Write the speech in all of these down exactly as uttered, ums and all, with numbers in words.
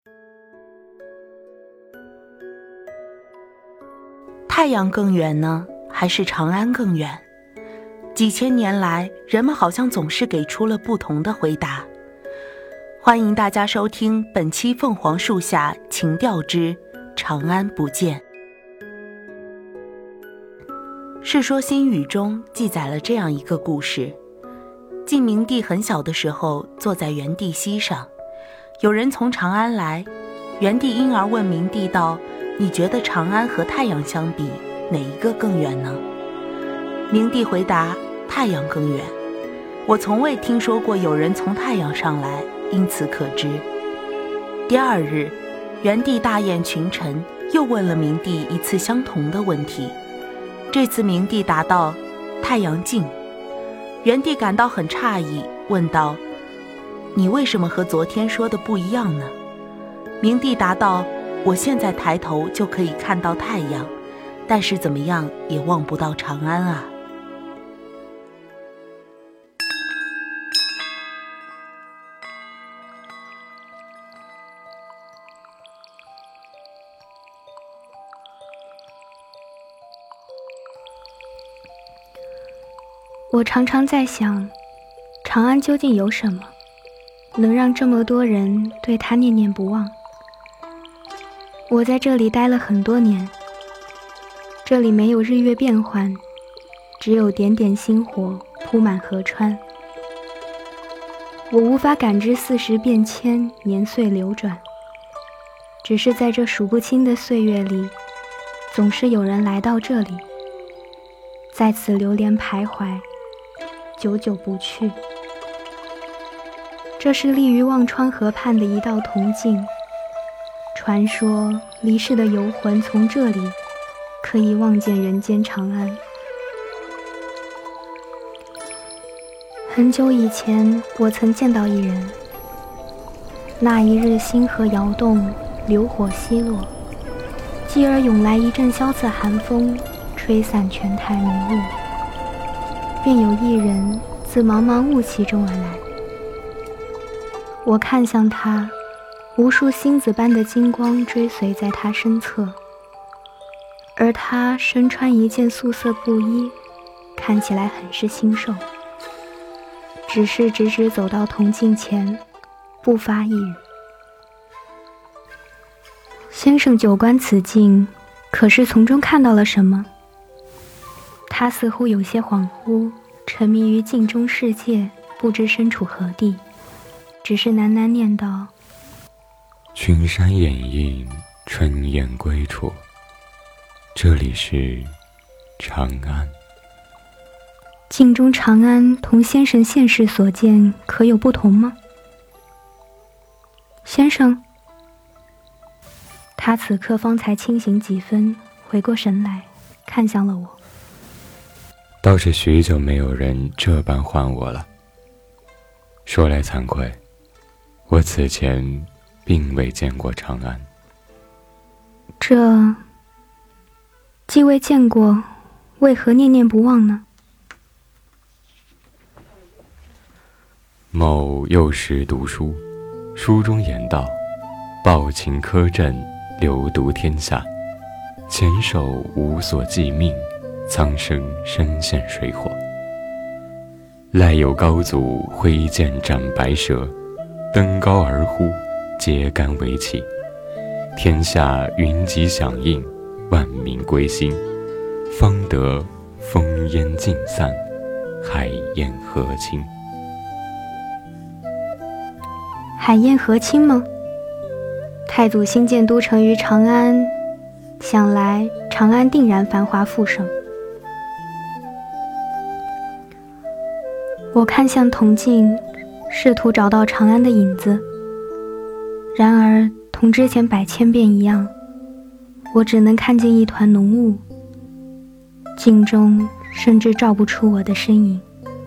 太阳更远呢，还是长安更远？几千年来，人们好像总是给出了不同的回答。欢迎大家收听本期凤凰树下情调之长安不见。《世说新语》中记载了这样一个故事：晋明帝很小的时候，坐在元帝膝上，有人从长安来，元帝因而问明帝道：你觉得长安和太阳相比，哪一个更远呢？明帝回答：太阳更远。我从未听说过有人从太阳上来，因此可知。第二日，元帝大宴群臣，又问了明帝一次相同的问题。这次明帝答道：太阳近。元帝感到很诧异，问道：你为什么和昨天说的不一样呢？明帝答道：我现在抬头就可以看到太阳，但是怎么样也望不到长安啊。 我常常在想，长安究竟有什么，能让这么多人对它念念不忘？我在这里待了很多年，这里没有日月变幻，只有点点星火铺满河川。我无法感知四时变迁，年岁流转，只是在这数不清的岁月里，总是有人来到这里，在此流连徘徊，久久不去。这是立于忘川河畔的一道铜镜，传说离世的游魂从这里可以望见人间长安。很久以前，我曾见到一人，那一日星河摇动，流火稀落，继而涌来一阵萧瑟寒风，吹散全台迷雾，便有一人自茫茫雾气中而来。我看向他，无数星子般的金光追随在他身侧，而他身穿一件素色布衣，看起来很是清瘦，只是直直走到铜镜前，不发一语。先生久观此镜，可是从中看到了什么？他似乎有些恍惚，沉迷于镜中世界，不知身处何地，只是喃喃念道： 群山掩映，春雁归处，这里是长安。 镜中长安同先生现世所见可有不同吗？先生，他此刻方才清醒几分，回过神来，看向了我。 倒是许久没有人这般唤我了。说来惭愧，我此前并未见过长安。 这既未见过，为何念念不忘呢？ 某幼时读书，书中言道：抱琴柯阵，流毒天下，前手无所寄命，苍生身陷水火。赖有高祖挥剑斩白蛇，登高而呼，揭竿为旗，天下云集响应，万民归心，方得烽烟尽散，海晏河清。 海晏河清吗？太祖新建都城于长安，想来长安定然繁华富盛。我看向铜镜，试图找到长安的影子，然而同之前百千遍一样，我只能看见一团浓雾，镜中甚至照不出我的身影。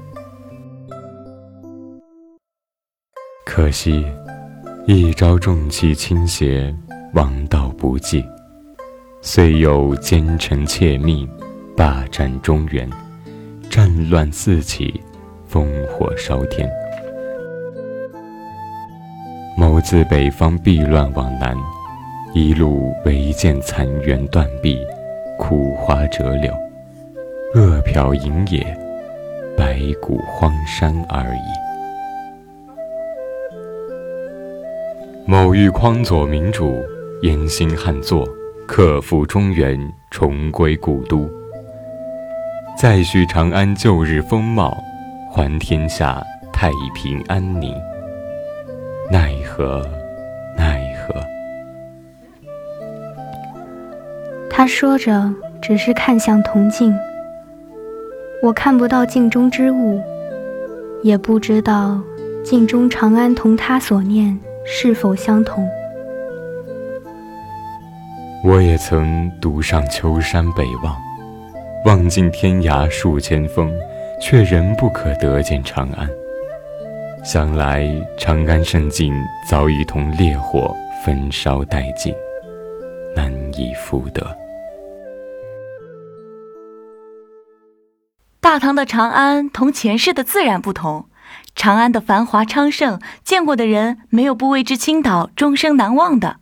可惜一朝重气倾斜，王道不继，虽有奸臣窃密，霸占中原，战乱四起，烽火烧天。某我自北方避乱往南，一路唯见残垣断壁，枯花折柳，饿殍饮野，白骨荒山而已。某欲匡佐民主，严兴汉作，克复中原，重归故都。再续长安旧日风貌，还天下太平安宁。奈何，奈何！ 他说着，只是看向铜镜。我看不到镜中之物，也不知道镜中长安同他所念是否相同。 我也曾独上秋山北望，望尽天涯数千峰，却仍不可得见长安。想来长安圣境早已同烈火焚烧殆尽，难以复得。 大唐的长安同前世的自然不同，长安的繁华昌盛，见过的人没有不为之倾倒，终生难忘的。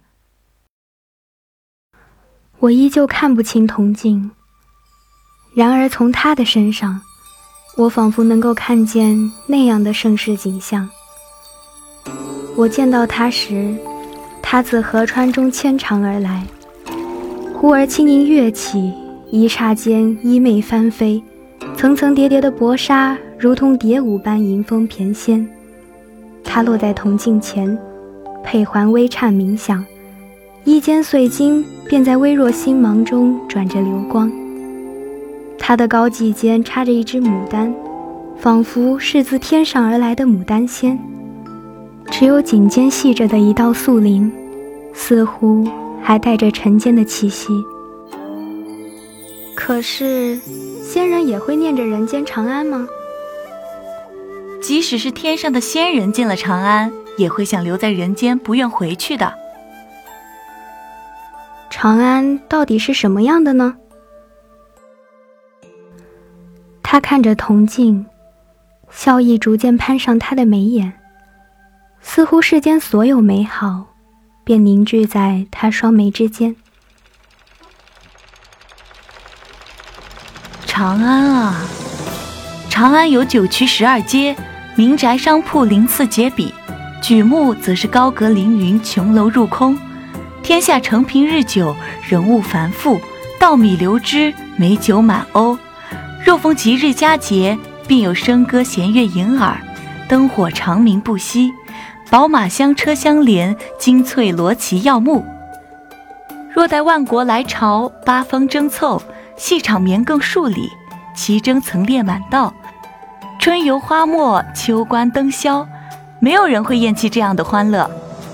我依旧看不清铜镜，然而从他的身上，我仿佛能够看见那样的盛世景象。我见到他时，他自河川中牵长而来，忽而轻盈跃起，一刹间衣袂翻飞，层层叠叠的薄纱如同蝶舞般迎风翩跹。他落在铜镜前，佩环微颤冥响，衣间碎金便在微弱星芒中转着流光。他的高髻间插着一只牡丹，仿佛是自天上而来的牡丹仙。只有颈间系着的一道素绫，似乎还带着尘间的气息。可是仙人也会念着人间长安吗？ 即使是天上的仙人见了长安，也会想留在人间，不愿回去的。 长安到底是什么样的呢？他看着铜镜，笑意逐渐攀上他的眉眼，似乎世间所有美好便凝聚在他双眉之间。 长安啊，长安有九曲十二街，民宅商铺鳞次栉比，举目则是高阁凌云，琼楼入空。天下承平日久，人物繁复，稻米流脂，美酒满瓯。若逢吉日佳节，便有笙歌弦乐盈耳，灯火长明不息，宝马香车相连，金翠罗旗耀目。若待万国来朝，八方争凑，戏场绵亘数里，旗筝曾列满道，春游花没，秋观灯消，没有人会厌弃这样的欢乐。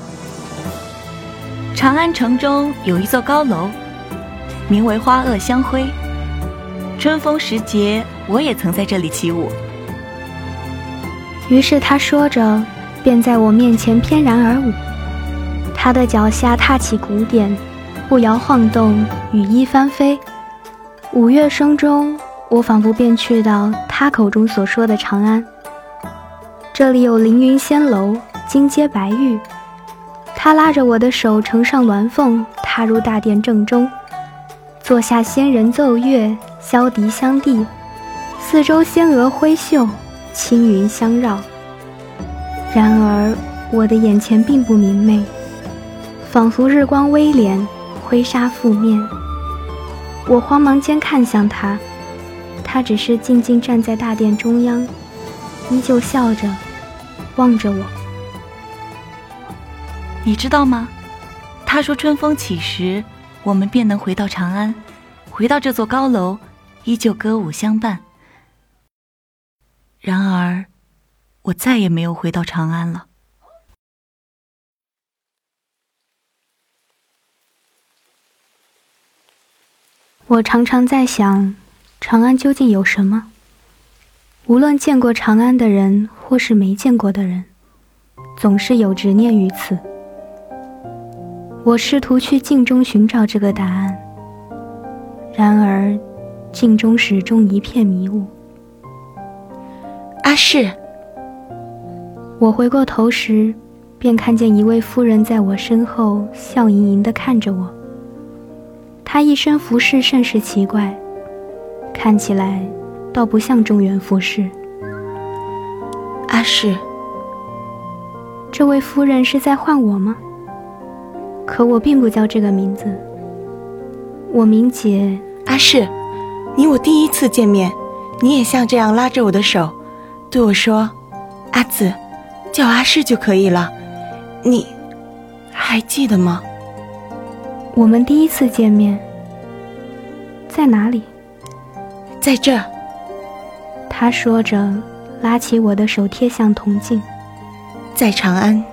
长安城中有一座高楼，名为花萼香辉。春风时节，我也曾在这里起舞。 于是他说着，便在我面前翩然而舞。他的脚下踏起鼓点，步摇晃动，羽衣翻飞。舞乐声中，我仿佛便去到他口中所说的长安。这里有凌云仙楼，金阶白玉。他拉着我的手乘上鸾凤，踏入大殿正中，坐下仙人奏乐，箫笛相递，四周仙娥挥袖，青云相绕。然而我的眼前并不明媚，仿佛日光微敛，灰纱覆面。我慌忙间看向他，他只是静静站在大殿中央，依旧笑着望着我。 你知道吗？他说春风起时，我们便能回到长安，回到这座高楼，依旧歌舞相伴。然而我再也没有回到长安了。 我常常在想，长安究竟有什么？无论见过长安的人或是没见过的人，总是有执念于此。我试图去镜中寻找这个答案，然而镜中始终一片迷雾。 阿氏， 我回过头时， 便看见一位妇人在我身后笑盈盈地看着我。她一身服饰甚是奇怪，看起来倒不像中原服饰。 阿氏， 这位夫人是在唤我吗？可我并不叫这个名字，我名解。 阿氏，你我第一次见面，你也像这样拉着我的手，对我说：“阿紫，叫阿氏就可以了。”你还记得吗？ 我们第一次见面在哪里？ 在这儿。 他说着，拉起我的手贴向铜镜。 在长安。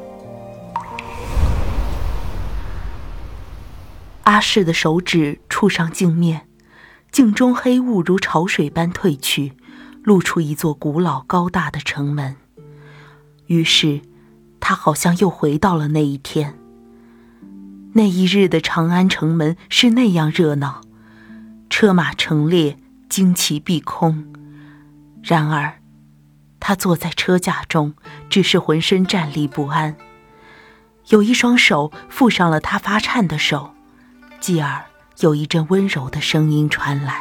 阿氏的手指触上镜面，镜中黑雾如潮水般退去，露出一座古老高大的城门。于是他好像又回到了那一天。那一日的长安城门是那样热闹，车马成列，旌旗蔽空。然而他坐在车架中，只是浑身战栗不安。有一双手附上了他发颤的手，继而有一阵温柔的声音传来：“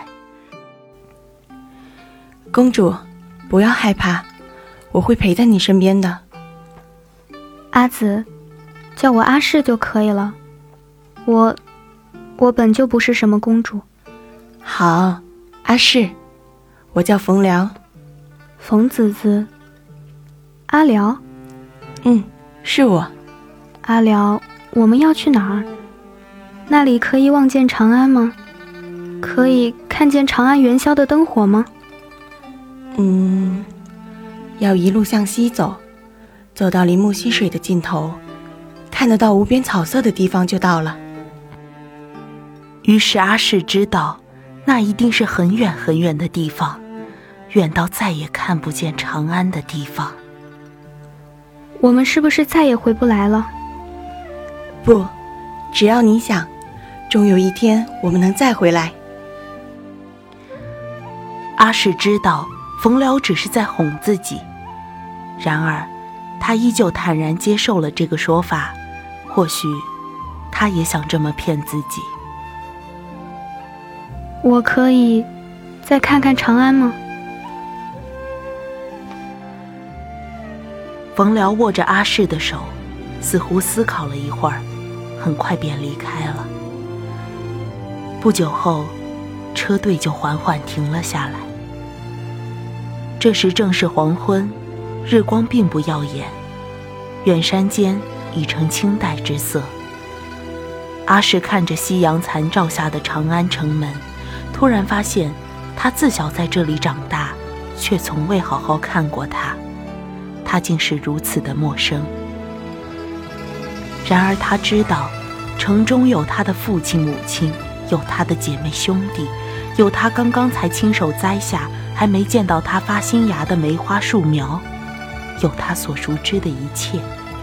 公主，不要害怕，我会陪在你身边的。” 阿紫，叫我阿氏就可以了。我我本就不是什么公主。 好，阿氏，我叫冯辽。 冯子子。阿辽？ 嗯，是我。 阿辽，我们要去哪儿？那里可以望见长安吗？可以看见长安元宵的灯火吗？ 嗯，要一路向西走，走到林木溪水的尽头，看得到无边草色的地方就到了。 于是阿氏知道，那一定是很远很远的地方，远到再也看不见长安的地方。 我们是不是再也回不来了？ 不，只要你想，终有一天我们能再回来。 阿氏知道冯辽只是在哄自己，然而他依旧坦然接受了这个说法，或许他也想这么骗自己。 我可以再看看长安吗？ 冯辽握着阿氏的手，似乎思考了一会儿，很快便离开了。不久后，车队就缓缓停了下来。这时正是黄昏，日光并不耀眼，远山间已成青黛之色。阿氏看着夕阳残照下的长安城门，突然发现他自小在这里长大，却从未好好看过它，它竟是如此的陌生。然而他知道，城中有他的父亲母亲，有他的姐妹兄弟，有他刚刚才亲手栽下还没见到他发新芽的梅花树苗，有他所熟知的一切。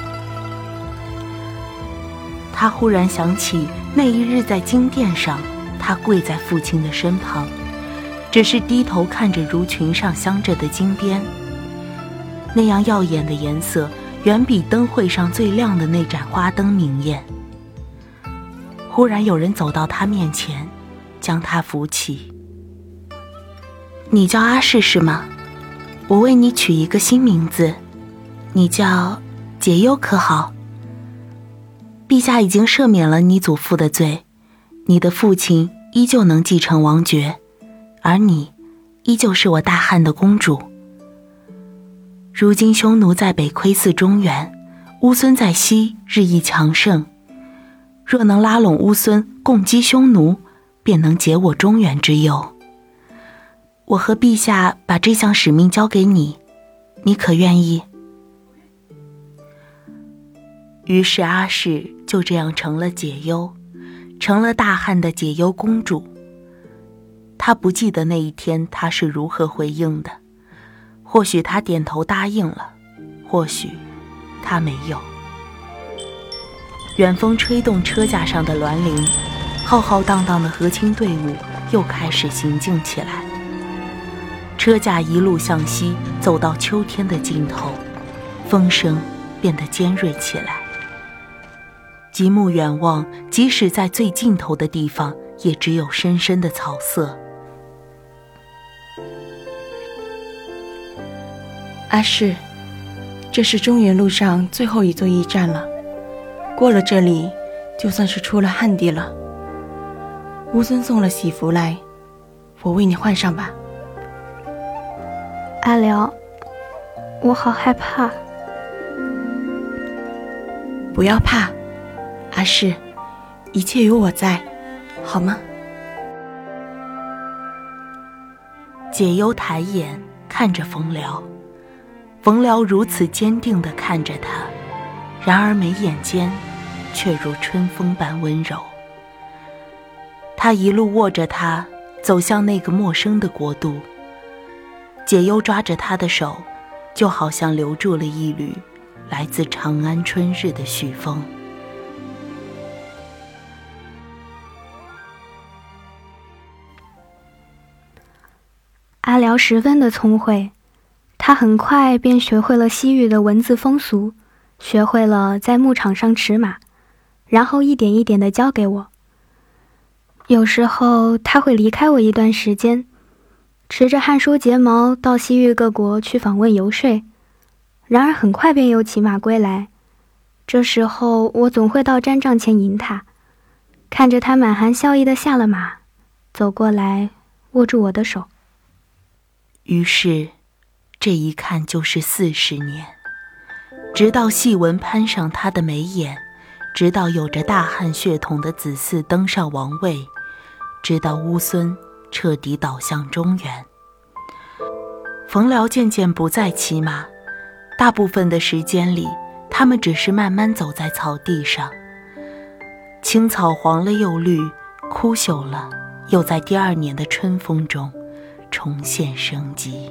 他忽然想起那一日在金殿上，他跪在父亲的身旁，只是低头看着如裙上镶着的金边，那样耀眼的颜色远比灯会上最亮的那盏花灯明艳。忽然有人走到他面前，将他扶起。你叫阿氏是吗？我为你取一个新名字，你叫解忧可好？陛下已经赦免了你祖父的罪，你的父亲依旧能继承王爵，而你依旧是我大汉的公主。如今匈奴在北窥伺中原，乌孙在西日益强盛，若能拉拢乌孙共击匈奴，便能解我中原之忧。我和陛下把这项使命交给你，你可愿意？于是阿氏就这样成了解忧，成了大汉的解忧公主。她不记得那一天她是如何回应的，或许她点头答应了，或许她没有。远风吹动车架上的銮铃，浩浩荡荡的和亲队伍又开始行进起来。车架一路向西，走到秋天的尽头，风声变得尖锐起来。极目远望，即使在最尽头的地方，也只有深深的草色。 阿世，这是中原路上最后一座驿站了，过了这里，就算是出了汉地了。乌孙送了喜服来，我为你换上吧。 阿辽，我好害怕。 不要怕，阿世，一切有我在，好吗？ 解忧抬眼看着冯辽，冯辽如此坚定地看着他，然而眉眼间却如春风般温柔。他一路握着他走向那个陌生的国度，解忧抓着他的手，就好像留住了一缕来自长安春日的煦风。 阿辽十分的聪慧，他很快便学会了西域的文字风俗，学会了在牧场上驰马，然后一点一点地教给我。有时候他会离开我一段时间，持着汉书睫毛到西域各国去访问游说，然而很快便又骑马归来。这时候我总会到毡帐前迎他，看着他满含笑意地下了马，走过来握住我的手。 于是这一看就是四十年，直到细纹攀上他的眉眼，直到有着大汉血统的子嗣登上王位，直到乌孙彻底倒向中原。冯辽渐渐不再骑马，大部分的时间里，他们只是慢慢走在草地上。青草黄了又绿，枯朽了，又在第二年的春风中重现生机。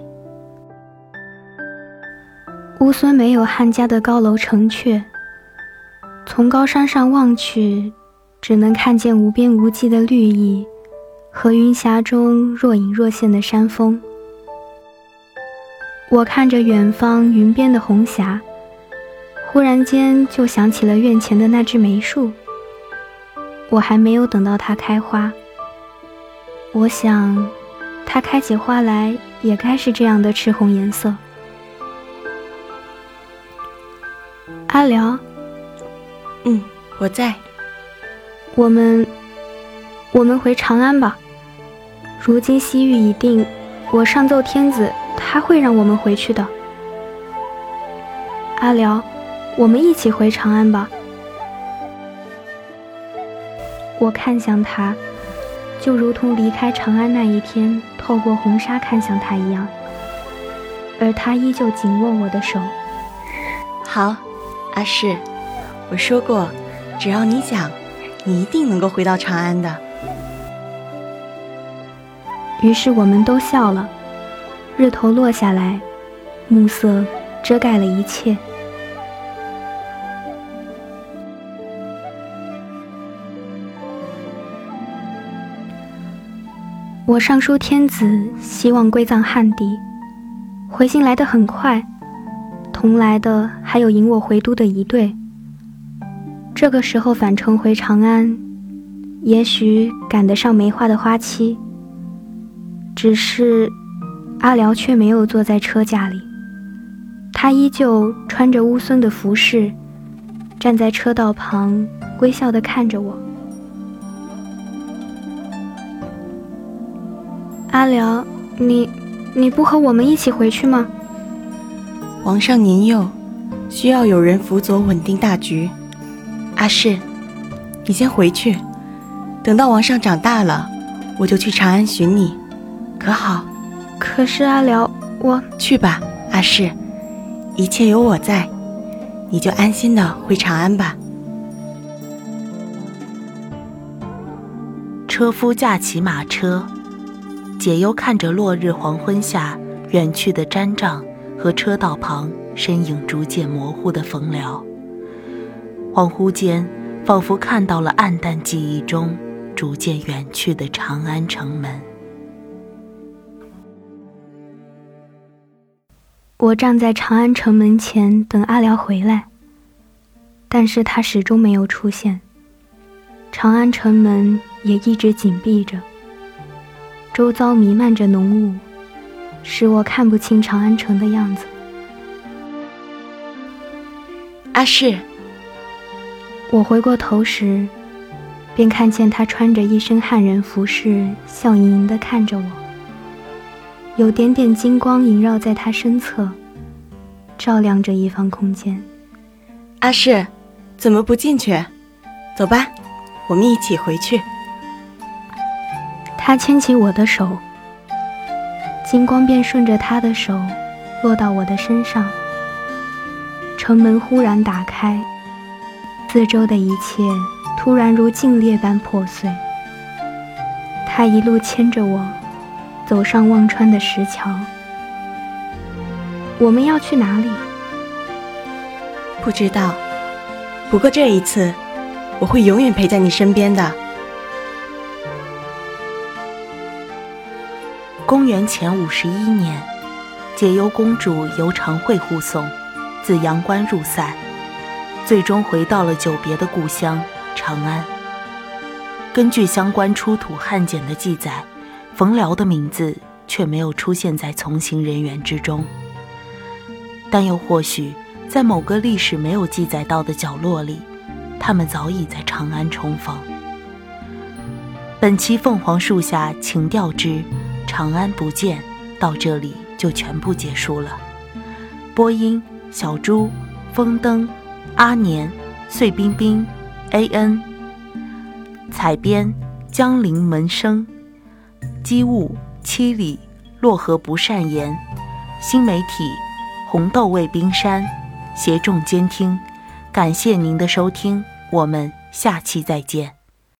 乌孙没有汉家的高楼城阙，从高山上望去，只能看见无边无际的绿意和云霞中若隐若现的山峰。我看着远方云边的红霞，忽然间就想起了院前的那只梅树。我还没有等到它开花，我想它开起花来也该是这样的赤红颜色。阿辽， 嗯，我在。 我们我们回长安吧。如今西域已定，我上奏天子，他会让我们回去的。阿辽，我们一起回长安吧。我看向他，就如同离开长安那一天透过红纱看向他一样，而他依旧紧握我的手。 好，阿世，我说过，只要你想，你一定能够回到长安的。 于是我们都笑了，日头落下来，暮色遮盖了一切。我上书天子，希望归葬汉地，回信来得很快，同来的还有引我回都的一队。这个时候返程回长安，也许赶得上梅花的花期。只是阿辽却没有坐在车架里，他依旧穿着乌孙的服饰，站在车道旁，微笑地看着我。阿辽，你你不和我们一起回去吗？ 皇上年幼，需要有人辅佐稳定大局。阿世，你先回去，等到王上长大了，我就去长安寻你，可好？ 可是阿辽，我去吧，阿世，一切有我在，你就安心的回长安吧。 车夫驾骑马车，解忧看着落日黄昏下远去的毡帐和车道旁身影逐渐模糊的冯辽，恍惚间仿佛看到了暗淡记忆中逐渐远去的长安城门。 我站在长安城门前等阿辽回来， 但是他始终没有出现。长安城门也一直紧闭着，周遭弥漫着浓雾，使我看不清长安城的样子。 阿氏， 我回过头时，便看见他穿着一身汉人服饰，笑盈盈地看着我，有点点金光萦绕在他身侧，照亮着一方空间。 阿氏，怎么不进去？走吧，我们一起回去。 他牵起我的手，金光便顺着他的手落到我的身上。城门忽然打开，四周的一切突然如镜裂般破碎。他一路牵着我走上忘川的石桥。我们要去哪里？ 不知道，不过这一次我会永远陪在你身边的。 公元前五十一年，解忧公主由长惠护送，自阳关入塞，最终回到了久别的故乡长安。根据相关出土汉简的记载，冯辽的名字却没有出现在从行人员之中，但又或许在某个历史没有记载到的角落里，他们早已在长安重逢。本期凤凰树下情调之长安不见到这里就全部结束了。播音小猪、风灯、阿年、碎冰冰、A N， 采编江陵门生，机务七里、洛河不善言，新媒体红豆味冰山，协众监听。感谢您的收听，我们下期再见。